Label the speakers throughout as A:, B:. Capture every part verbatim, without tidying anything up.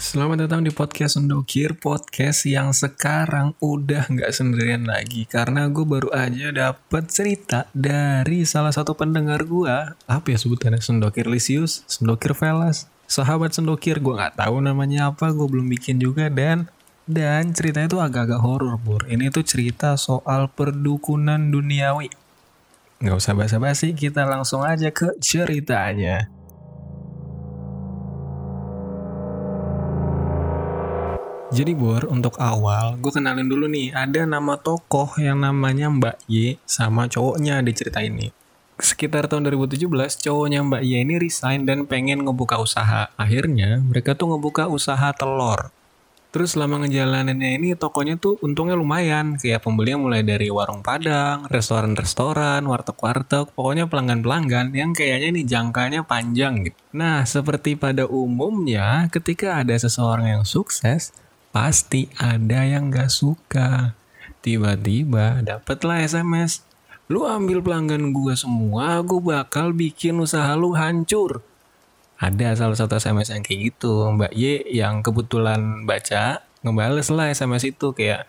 A: Selamat datang di podcast Sendokir, podcast yang sekarang udah nggak sendirian lagi karena gue baru aja dapet cerita dari salah satu pendengar gue. Apa ya sebutannya? Sendokir Lisius, Sendokir Velas, sahabat Sendokir. Gue nggak tahu namanya apa, gue belum bikin juga dan dan ceritanya tuh agak-agak horor, Bur. Ini tuh cerita soal perdukunan duniawi. Nggak usah basa-basi, kita langsung aja ke ceritanya. Jadi Bor, untuk awal, gue kenalin dulu nih, ada nama tokoh yang namanya Mbak Y sama cowoknya di cerita ini. Sekitar tahun dua ribu tujuh belas, cowoknya Mbak Y ini resign dan pengen ngebuka usaha. Akhirnya, mereka tuh ngebuka usaha telur. Terus selama ngejalaninnya ini, tokonya tuh untungnya lumayan. Kayak pembelinya mulai dari warung Padang, restoran-restoran, warteg-warteg, pokoknya pelanggan-pelanggan yang kayaknya nih jangkanya panjang gitu. Nah, seperti pada umumnya, ketika ada seseorang yang sukses, pasti ada yang gak suka. Tiba-tiba dapatlah S M S. Lu ambil pelanggan gue semua, gue bakal bikin usaha lu hancur. Ada salah satu S M S yang kayak gitu. Mbak Y yang kebetulan baca, ngebales lah S M S itu kayak,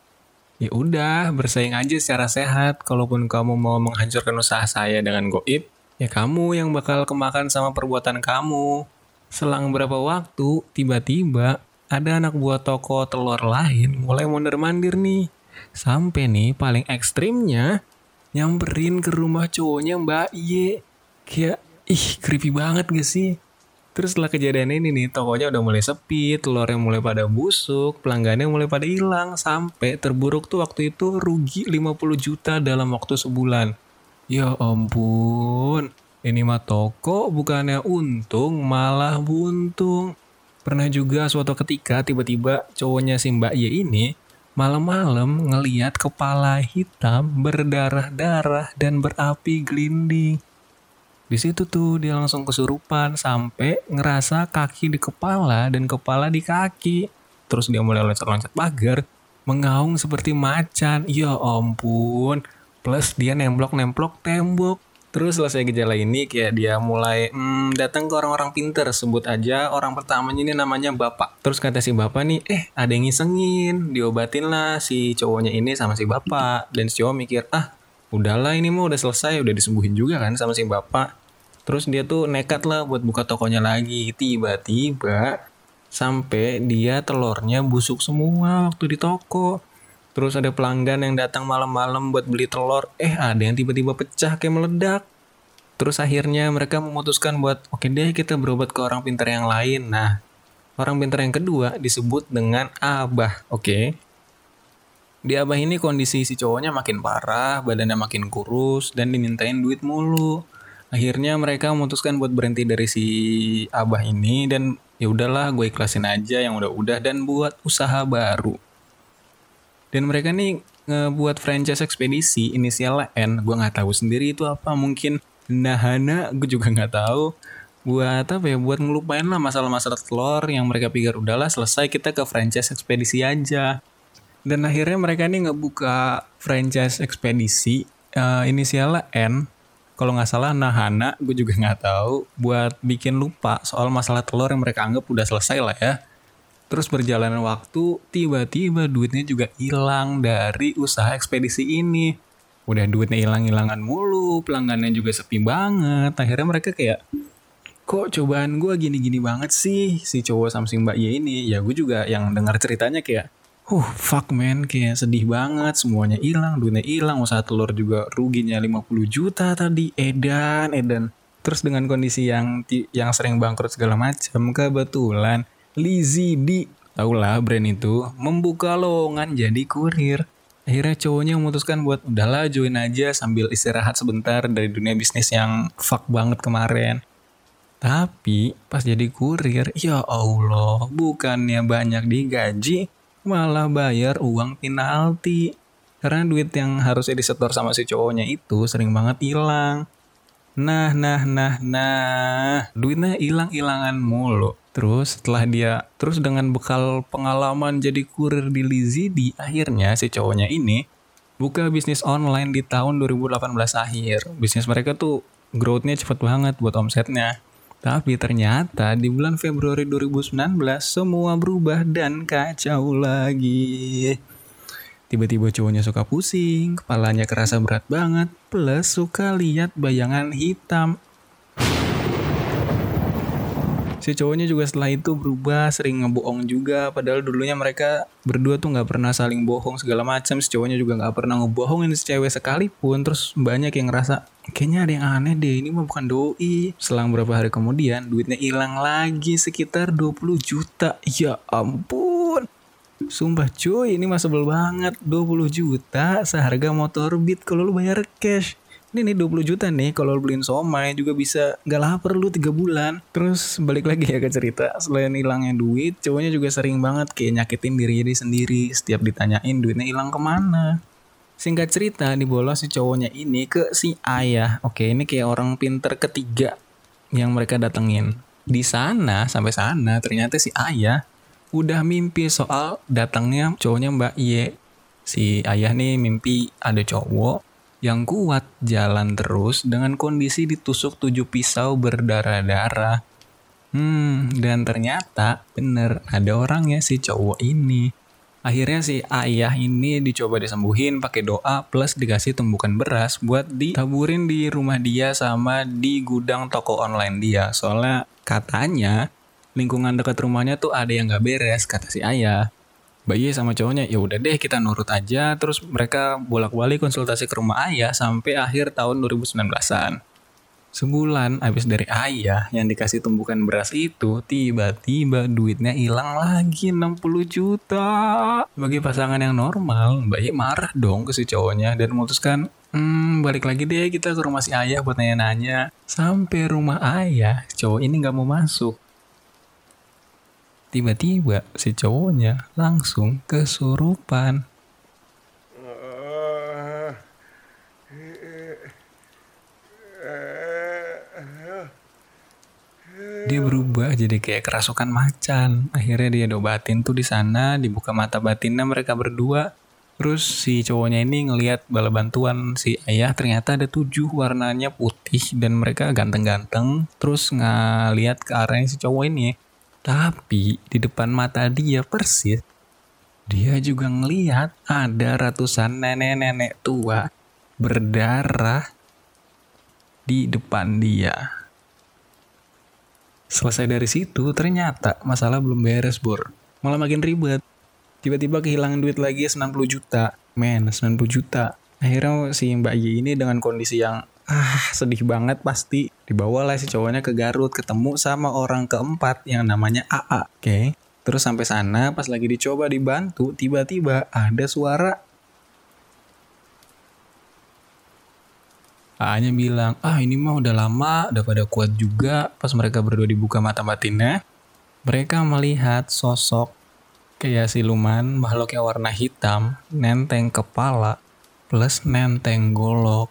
A: ya udah bersaing aja secara sehat. Kalaupun kamu mau menghancurkan usaha saya dengan goib, ya kamu yang bakal kemakan sama perbuatan kamu. Selang berapa waktu, tiba-tiba ada anak buah toko telur lain mulai mondar-mandir nih. Sampai nih paling ekstrimnya nyamperin ke rumah cowoknya Mbak Y. Kayak, ih creepy banget gak sih? Terus setelah kejadian ini nih, tokonya udah mulai sepi, telurnya mulai pada busuk, pelanggannya mulai pada hilang. Sampai terburuk tuh waktu itu rugi lima puluh juta dalam waktu sebulan. Ya ampun, ini mah toko bukannya untung malah buntung. Pernah juga suatu ketika tiba-tiba cowoknya si Mbak Y ini malam-malam ngeliat kepala hitam berdarah-darah dan berapi gelinding. Di situ tuh dia langsung kesurupan sampai ngerasa kaki di kepala dan kepala di kaki. Terus dia mulai loncat-loncat pagar, mengaung seperti macan. Ya ampun. Plus dia nemplok-nemplok tembok. Terus selesai gejala ini kayak dia mulai hmm, datang ke orang-orang pinter. Sebut aja orang pertamanya ini namanya Bapak. Terus kata si Bapak nih, eh ada yang ngisengin. Diobatin lah si cowoknya ini sama si Bapak. Dan si cowok mikir, ah udahlah ini mah udah selesai. Udah disembuhin juga kan sama si Bapak. Terus dia tuh nekat lah buat buka tokonya lagi. Tiba-tiba sampai dia telurnya busuk semua waktu di toko. Terus ada pelanggan yang datang malam-malam buat beli telur. Eh ada yang tiba-tiba pecah kayak meledak. Terus akhirnya mereka memutuskan buat oke deh kita berobat ke orang pintar yang lain. Nah orang pintar yang kedua disebut dengan Abah. Oke. Di Abah ini kondisi si cowoknya makin parah. Badannya makin kurus. Dan dimintain duit mulu. Akhirnya mereka memutuskan buat berhenti dari si Abah ini. Dan ya udahlah gue ikhlasin aja yang udah-udah. Dan buat usaha baru. Dan mereka nih ngebuat franchise ekspedisi inisialnya N. Gue nggak tahu sendiri itu apa. Mungkin Nahana, gue juga nggak tahu. Buat apa ya? Buat ngelupain lah masalah-masalah telur yang mereka pikir udahlah selesai kita ke franchise ekspedisi aja. Dan akhirnya mereka nih ngebuka franchise ekspedisi uh, inisialnya N. Kalau nggak salah Nahana, gue juga nggak tahu. Buat bikin lupa soal masalah telur yang mereka anggap udah selesai lah ya. Terus berjalanan waktu, tiba-tiba duitnya juga hilang dari usaha ekspedisi ini. Udah duitnya hilang-hilangan mulu, pelanggannya juga sepi banget. Akhirnya mereka kayak, kok cobaan gue gini-gini banget sih si cowok Samsung Mbak Y ini. Ya gue juga yang dengar ceritanya kayak, huh fuck man, kayak sedih banget. Semuanya hilang, duitnya hilang, usaha telur juga ruginya lima puluh juta tadi. Edan, edan. Terus dengan kondisi yang yang sering bangkrut segala macam, kebetulan Lizzy D, taulah brand itu, membuka lowongan jadi kurir. Akhirnya cowoknya memutuskan buat udahlah join aja sambil istirahat sebentar dari dunia bisnis yang fuck banget kemarin. Tapi pas jadi kurir, ya Allah, bukannya banyak digaji, malah bayar uang penalti. Karena duit yang harusnya disetor sama si cowoknya itu sering banget hilang. Nah, nah, nah, nah, duitnya hilang-hilangan mulu. Terus setelah dia, terus dengan bekal pengalaman jadi kurir di Lizzy D, akhirnya si cowoknya ini buka bisnis online di tahun dua ribu delapan belas akhir. Bisnis mereka tuh growth-nya cepet banget buat omsetnya. Tapi ternyata di bulan Februari dua ribu sembilan belas semua berubah dan kacau lagi. Tiba-tiba cowoknya suka pusing, kepalanya kerasa berat banget, plus suka lihat bayangan hitam. Si cowoknya juga setelah itu berubah, sering ngebohong juga. Padahal dulunya mereka berdua tuh gak pernah saling bohong segala macam. Si cowoknya juga gak pernah ngebohongin si cewek sekalipun. Terus banyak yang ngerasa, kayaknya ada yang aneh deh, ini mah bukan doi. Selang beberapa hari kemudian, duitnya hilang lagi sekitar dua puluh juta. Ya ampun. Sumpah cuy, ini mah sebel banget. dua puluh juta seharga motor Beat kalau lu bayar cash. Ini nih dua puluh juta nih kalau beliin somai juga bisa gak lapar lu tiga bulan. Terus balik lagi ya ke cerita. Selain hilangnya duit, cowoknya juga sering banget kayak nyakitin diri dia sendiri. Setiap ditanyain duitnya hilang kemana. Singkat cerita, dibolos si cowoknya ini ke si ayah. Oke, ini kayak orang pinter ketiga yang mereka datengin. Di sana, sampai sana ternyata si ayah udah mimpi soal datangnya cowoknya Mbak Y. Si ayah nih mimpi ada cowok yang kuat jalan terus dengan kondisi ditusuk tujuh pisau berdarah-darah. Hmm, dan ternyata bener ada orangnya si cowok ini. Akhirnya si ayah ini dicoba disembuhin pakai doa plus dikasih tumbukan beras buat ditaburin di rumah dia sama di gudang toko online dia. Soalnya katanya lingkungan dekat rumahnya tuh ada yang gak beres, kata si ayah. Mbak Ye sama cowoknya, ya udah deh kita nurut aja. Terus mereka bolak-balik konsultasi ke rumah ayah sampai akhir tahun dua ribu sembilan belasan. Sebulan habis dari ayah yang dikasih tumbukan beras itu, tiba-tiba duitnya hilang lagi enam puluh juta. Bagi pasangan yang normal, Mbak Ye marah dong ke si cowoknya dan memutuskan, hmm balik lagi deh kita ke rumah si ayah buat nanya-nanya. Sampai rumah ayah, cowok ini gak mau masuk. Tiba-tiba si cowoknya langsung kesurupan. Dia berubah jadi kayak kerasukan macan. Akhirnya dia diobatin tuh di sana, dibuka mata batinnya mereka berdua. Terus si cowoknya ini ngelihat bala bantuan si ayah ternyata ada tujuh warnanya putih dan mereka ganteng-ganteng. Terus ngeliat ke arahnya si cowok ini. Tapi di depan mata dia persis, dia juga ngelihat ada ratusan nenek-nenek tua berdarah di depan dia. Selesai dari situ, ternyata masalah belum beres, Bor. Malah makin ribet. Tiba-tiba kehilangan duit lagi sembilan puluh juta. Men, sembilan puluh juta. Akhirnya si Mbak Y ini dengan kondisi yang ah sedih banget pasti dibawalah si cowoknya ke Garut ketemu sama orang keempat yang namanya A A. Oke. Okay. Terus sampai sana pas lagi dicoba dibantu tiba-tiba ada suara A A-nya bilang, ah ini mah udah lama, udah pada kuat juga. Pas mereka berdua dibuka mata batinnya, mereka melihat sosok kayak siluman makhluk yang warna hitam, nenteng kepala, plus nenteng golok.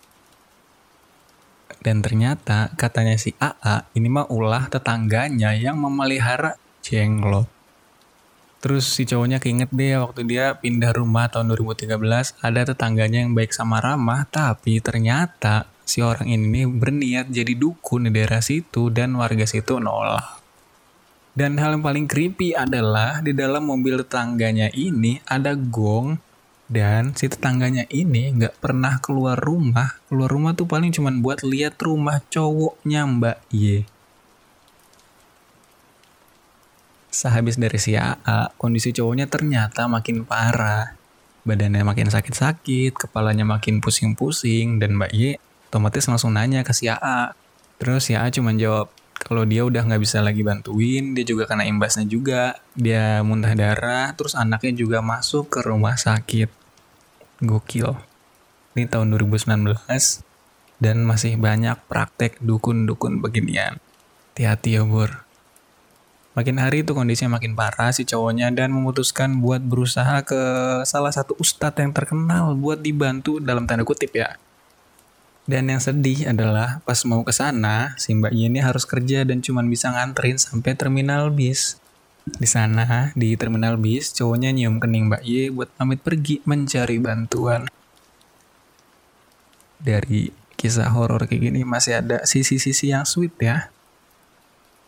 A: Dan ternyata katanya si A A ini mah ulah tetangganya yang memelihara jenglot. Terus si cowoknya keinget deh waktu dia pindah rumah tahun dua ribu tiga belas ada tetangganya yang baik sama ramah, tapi ternyata si orang ini berniat jadi dukun di daerah situ dan warga situ nolak. Dan hal yang paling creepy adalah di dalam mobil tetangganya ini ada gong. Dan si tetangganya ini gak pernah keluar rumah. Keluar rumah tuh paling cuman buat lihat rumah cowoknya Mbak Y. Sehabis dari si A A, kondisi cowoknya ternyata makin parah. Badannya makin sakit-sakit, kepalanya makin pusing-pusing. Dan Mbak Y otomatis langsung nanya ke si A A. Terus si A A cuman jawab, kalau dia udah gak bisa lagi bantuin, dia juga kena imbasnya juga. Dia muntah darah, terus anaknya juga masuk ke rumah sakit. Gokil. Ini tahun dua ribu sembilan belas dan masih banyak praktek dukun-dukun beginian. Hati-hati ya Bor. Makin hari itu kondisinya makin parah si cowoknya dan memutuskan buat berusaha ke salah satu ustadz yang terkenal buat dibantu dalam tanda kutip ya. Dan yang sedih adalah pas mau ke sana si Mbak Y ini harus kerja dan cuma bisa nganterin sampai terminal bis. Di sana, di terminal bis, cowoknya nyium kening Mbak Y buat pamit pergi mencari bantuan. Dari kisah horor kayak gini masih ada sisi-sisi yang sweet ya.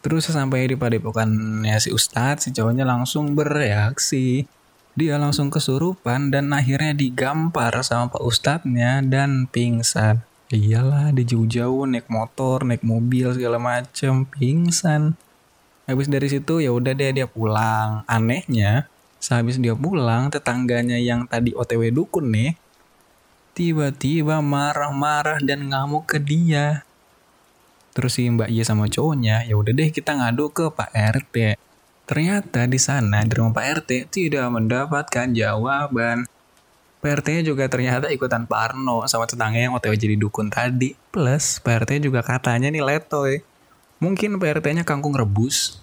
A: Terus sampai di padepokannya si Ustadz, si cowoknya langsung bereaksi. Dia langsung kesurupan dan akhirnya digampar sama Pak Ustadznya dan pingsan. Iyalah, di jauh-jauh naik motor, naik mobil segala macem, pingsan. Habis dari situ ya udah deh dia pulang. Anehnya, sehabis dia pulang, tetangganya yang tadi O T W dukun nih, tiba-tiba marah-marah dan ngamuk ke dia. Terus si Mbak Y sama cowoknya, ya udah deh kita ngadu ke Pak R T. Ternyata di sana di rumah Pak R T tidak mendapatkan jawaban. Pak R T-nya juga ternyata ikutan parno sama tetangga yang O T W jadi dukun tadi. Plus Pak R T juga katanya nih letoy. Mungkin Pak R T-nya kangkung rebus.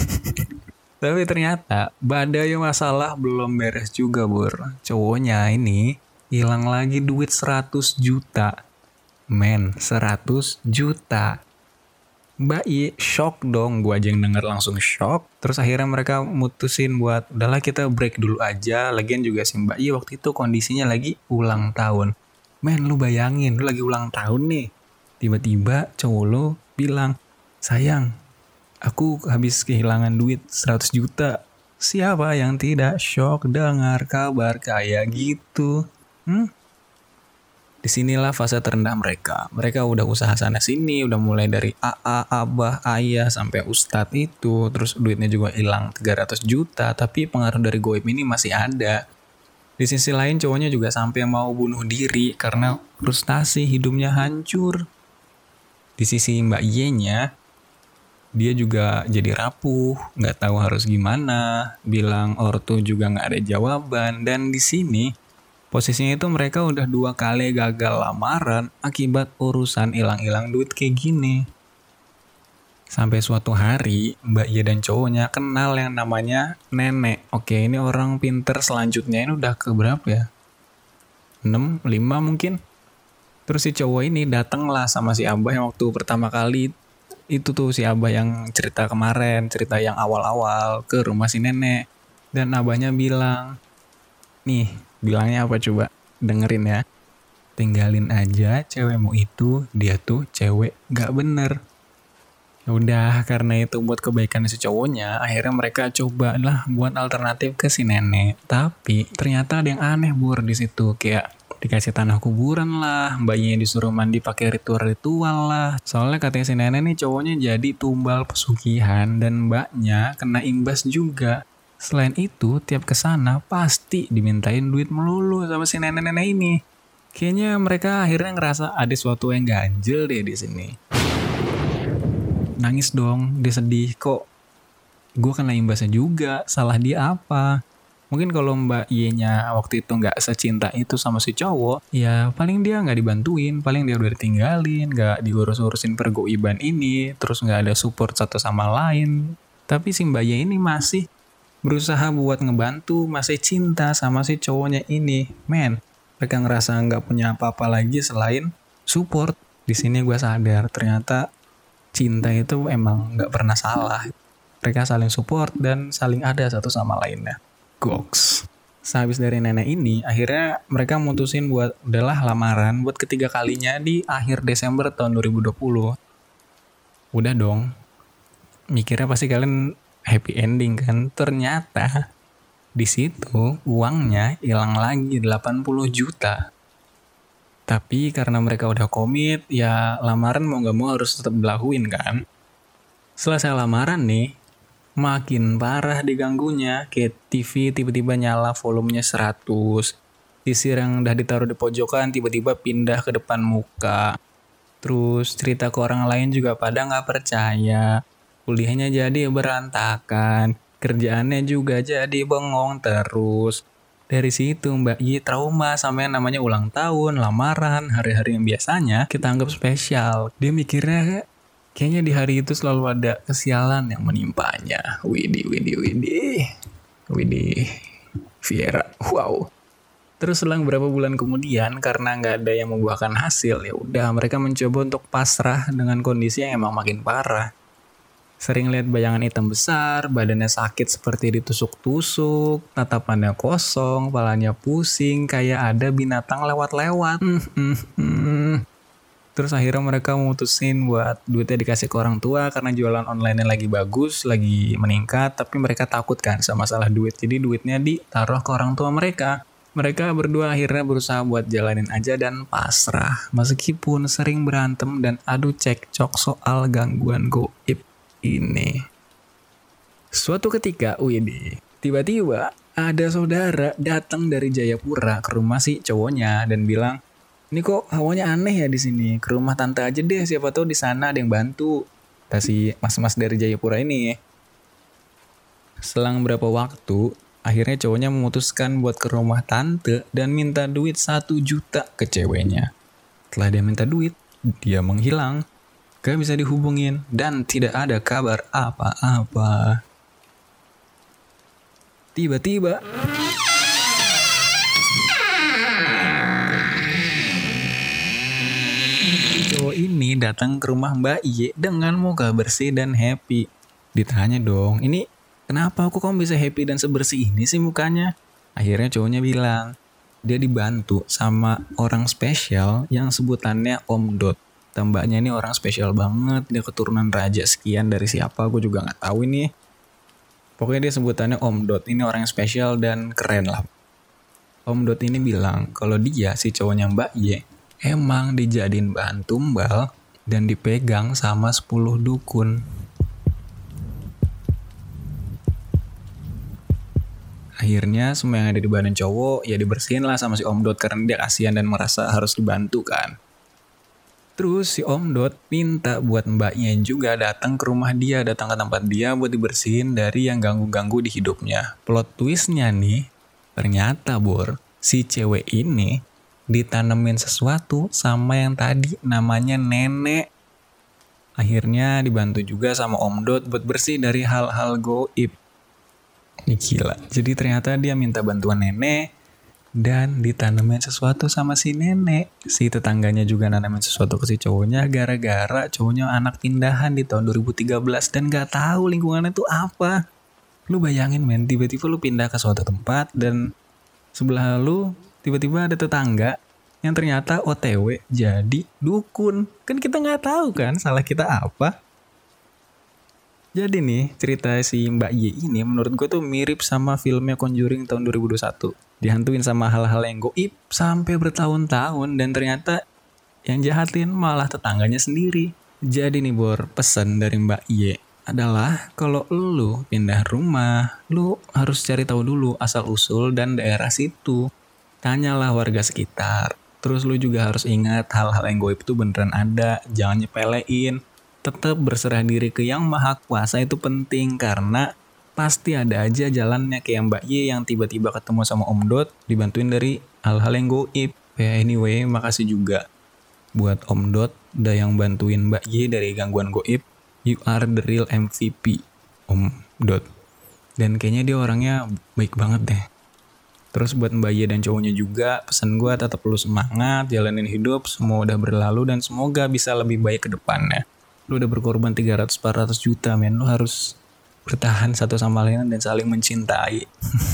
A: Tapi ternyata badai masalah belum beres juga, Bur. Cowoknya ini hilang lagi duit seratus juta. Men, seratus juta. Mbak Y shock dong, gue aja yang denger langsung shock. Terus akhirnya mereka mutusin buat udahlah kita break dulu aja. Lagian juga si Mbak Y waktu itu kondisinya lagi ulang tahun. Men, lu bayangin lu lagi ulang tahun nih, tiba-tiba cowok lu bilang, sayang, aku habis kehilangan duit seratus juta. Siapa yang tidak shock dengar kabar kayak gitu? Hmm? Disinilah fase terendah mereka. Mereka udah usaha sana sini, udah mulai dari A A, abah, ayah, sampai ustadz itu. Terus duitnya juga hilang tiga ratus juta, tapi pengaruh dari goib ini masih ada. Di sisi lain cowoknya juga sampai mau bunuh diri karena frustasi hidupnya hancur. Di sisi Mbak Y-nya, dia juga jadi rapuh, nggak tahu harus gimana, bilang ortu juga nggak ada jawaban. Dan di sini posisinya itu mereka udah dua kali gagal lamaran akibat urusan hilang-hilang duit kayak gini. Sampai suatu hari Mbak Y dan cowoknya kenal yang namanya nenek. Oke, ini orang pinter selanjutnya ini udah ke berapa ya? enam, lima mungkin. Terus si cowok ini datanglah sama si abah yang waktu pertama kali itu tuh, si abah yang cerita kemarin, cerita yang awal-awal ke rumah si nenek. Dan abahnya bilang, nih, bilangnya apa coba? Dengerin ya. Tinggalin aja cewekmu itu, dia tuh cewek gak bener. Udah, karena itu buat kebaikan si cowoknya, akhirnya mereka coba lah buat alternatif ke si nenek. Tapi ternyata ada yang aneh, Bur, di situ. Kayak dikasih tanah kuburan lah, bayinya disuruh mandi pakai ritual-ritual lah. Soalnya katanya si nenek nih cowoknya jadi tumbal pesugihan dan mbaknya kena imbas juga. Selain itu, tiap kesana pasti dimintain duit melulu sama si nenek-nenek ini. Kayaknya mereka akhirnya ngerasa ada sesuatu yang ganjel deh di sini. Nangis dong, dia sedih, kok gue kena imbasnya juga, salah dia apa? Mungkin kalau Mbak Y-nya waktu itu nggak secinta itu sama si cowok, ya paling dia nggak dibantuin, paling dia udah ditinggalin, nggak diurus-urusin pergoiban ini, terus nggak ada support satu sama lain. Tapi si Mbak Y ini masih berusaha buat ngebantu, masih cinta sama si cowoknya ini. Men, mereka ngerasa nggak punya apa-apa lagi selain support. Di sini gue sadar ternyata cinta itu emang nggak pernah salah. Mereka saling support dan saling ada satu sama lainnya. Goks. Sehabis dari nenek ini, akhirnya mereka mutusin buat udahlah lamaran buat ketiga kalinya di akhir Desember tahun dua ribu dua puluh. Udah dong. Mikirnya pasti kalian happy ending kan? Ternyata di situ uangnya hilang lagi delapan puluh juta. Tapi karena mereka udah komit, ya lamaran mau gak mau harus tetap dilakuin kan. Selesai lamaran nih, makin parah diganggunya. Kayak T V tiba-tiba nyala volumenya seratus. Sisir yang udah ditaruh di pojokan tiba-tiba pindah ke depan muka. Terus cerita ke orang lain juga pada gak percaya. Kuliahnya jadi berantakan. Kerjaannya juga jadi bengong terus. Dari situ Mbak Y trauma sama yang namanya ulang tahun, lamaran, hari-hari yang biasanya kita anggap spesial. Dia mikirnya kayaknya di hari itu selalu ada kesialan yang menimpanya. Widih, widih, widih. Widih. Viera. Wow. Terus selang beberapa bulan kemudian karena nggak ada yang membuahkan hasil, ya udah mereka mencoba untuk pasrah dengan kondisi yang emang makin parah. Sering lihat bayangan hitam besar, badannya sakit seperti ditusuk-tusuk, tatapannya kosong, kepalanya pusing, kayak ada binatang lewat-lewat. Hmm, hmm, hmm. Terus akhirnya mereka memutusin buat duitnya dikasih ke orang tua karena jualan online-nya lagi bagus, lagi meningkat, tapi mereka takut kan sama masalah duit. Jadi duitnya ditaruh ke orang tua mereka. Mereka berdua akhirnya berusaha buat jalanin aja dan pasrah. Meskipun sering berantem dan adu cekcok soal gangguan goib ini. Suatu ketika, wih, tiba-tiba ada saudara datang dari Jayapura ke rumah si cowoknya dan bilang, "Ini kok hawanya aneh ya di sini. Ke rumah tante aja deh, siapa tahu di sana ada yang bantu." Kata si mas-mas dari Jayapura ini. Selang berapa waktu, akhirnya cowoknya memutuskan buat ke rumah tante dan minta duit satu juta ke ceweknya. Setelah dia minta duit, dia menghilang. Gak bisa dihubungin dan tidak ada kabar apa-apa. Tiba-tiba cowok ini datang ke rumah Mbak Ye dengan muka bersih dan happy. Ditanya dong, ini kenapa aku kamu bisa happy dan sebersih ini sih mukanya? Akhirnya cowoknya bilang, dia dibantu sama orang spesial yang sebutannya Om Dot. Mbaknya ini orang spesial banget, dia keturunan raja sekian dari siapa, gue juga gak tahu ini. Pokoknya dia sebutannya Om Dot, ini orang yang spesial dan keren lah. Om Dot ini bilang kalau dia, si cowoknya Mbak Ye, emang dijadiin bahan tumbal dan dipegang sama sepuluh dukun. Akhirnya semua yang ada di badan cowok ya dibersihin lah sama si Om Dot karena dia kasihan dan merasa harus dibantu kan. Terus si Om Dot minta buat mbaknya juga datang ke rumah dia, datang ke tempat dia buat dibersihin dari yang ganggu-ganggu di hidupnya. Plot twistnya nih, ternyata Bor, si cewek ini ditanemin sesuatu sama yang tadi namanya nenek. Akhirnya dibantu juga sama Om Dot buat bersih dari hal-hal goib. Ini gila. Jadi ternyata dia minta bantuan nenek dan ditanemin sesuatu sama si nenek. Si tetangganya juga nanamin sesuatu ke si cowoknya gara-gara cowoknya anak pindahan di tahun dua ribu tiga belas dan gak tahu lingkungannya tuh apa. Lu bayangin men, tiba-tiba lu pindah ke suatu tempat dan sebelah lu tiba-tiba ada tetangga yang ternyata O T W jadi dukun. Kan kita gak tahu kan salah kita apa. Jadi nih cerita si Mbak Ye ini menurut gue tuh mirip sama filmnya Conjuring tahun dua ribu dua puluh satu. Dihantuin sama hal-hal yang goib sampai bertahun-tahun dan ternyata yang jahatin malah tetangganya sendiri. Jadi nih Bor, pesan dari Mbak Ye adalah kalau lu pindah rumah, lu harus cari tahu dulu asal-usul dan daerah situ. Tanyalah warga sekitar. Terus lu juga harus ingat hal-hal yang goib itu beneran ada, jangan nyepelein. Tetap berserah diri ke Yang Maha Kuasa itu penting karena pasti ada aja jalannya kayak Mbak Ye yang tiba-tiba ketemu sama Om Dot dibantuin dari hal-hal yang goib. Ya anyway, makasih juga buat Om Dot udah yang bantuin Mbak Ye dari gangguan goib. You are the real M V P, Om Dot. Dan kayaknya dia orangnya baik banget deh. Terus buat Mbak Ye dan cowoknya juga, pesan gue tetap lu semangat, jalanin hidup, semua udah berlalu dan semoga bisa lebih baik ke depannya. Lu udah berkorban tiga ratus sampai empat ratus juta men, lu harus bertahan satu sama lain dan saling mencintai.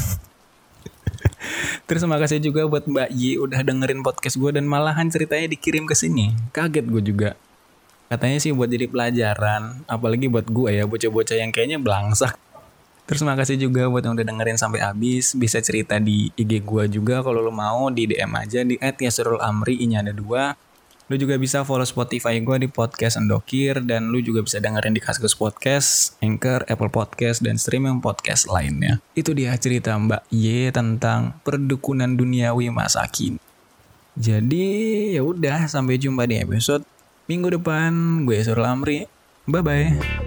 A: Terus makasih juga buat Mbak Yi udah dengerin podcast gue dan malahan ceritanya dikirim ke sini. Kaget gue juga. Katanya sih buat jadi pelajaran, apalagi buat gue ya, bocah-bocah yang kayaknya belangsak. Terus makasih juga buat yang udah dengerin sampai habis. Bisa cerita di I G gue juga kalau lu mau, di D M aja di et yasrul amri, i-nya ada dua. Lu juga bisa follow Spotify gue di Podcast Endokir dan lu juga bisa dengerin di Kaskus Podcast, Anchor, Apple Podcast, dan streaming podcast lainnya. Itu dia cerita Mbak Ye tentang perdukunan duniawi masa kini. Jadi ya udah, sampai jumpa di episode minggu depan. Gue Yasrul Amri. Bye bye.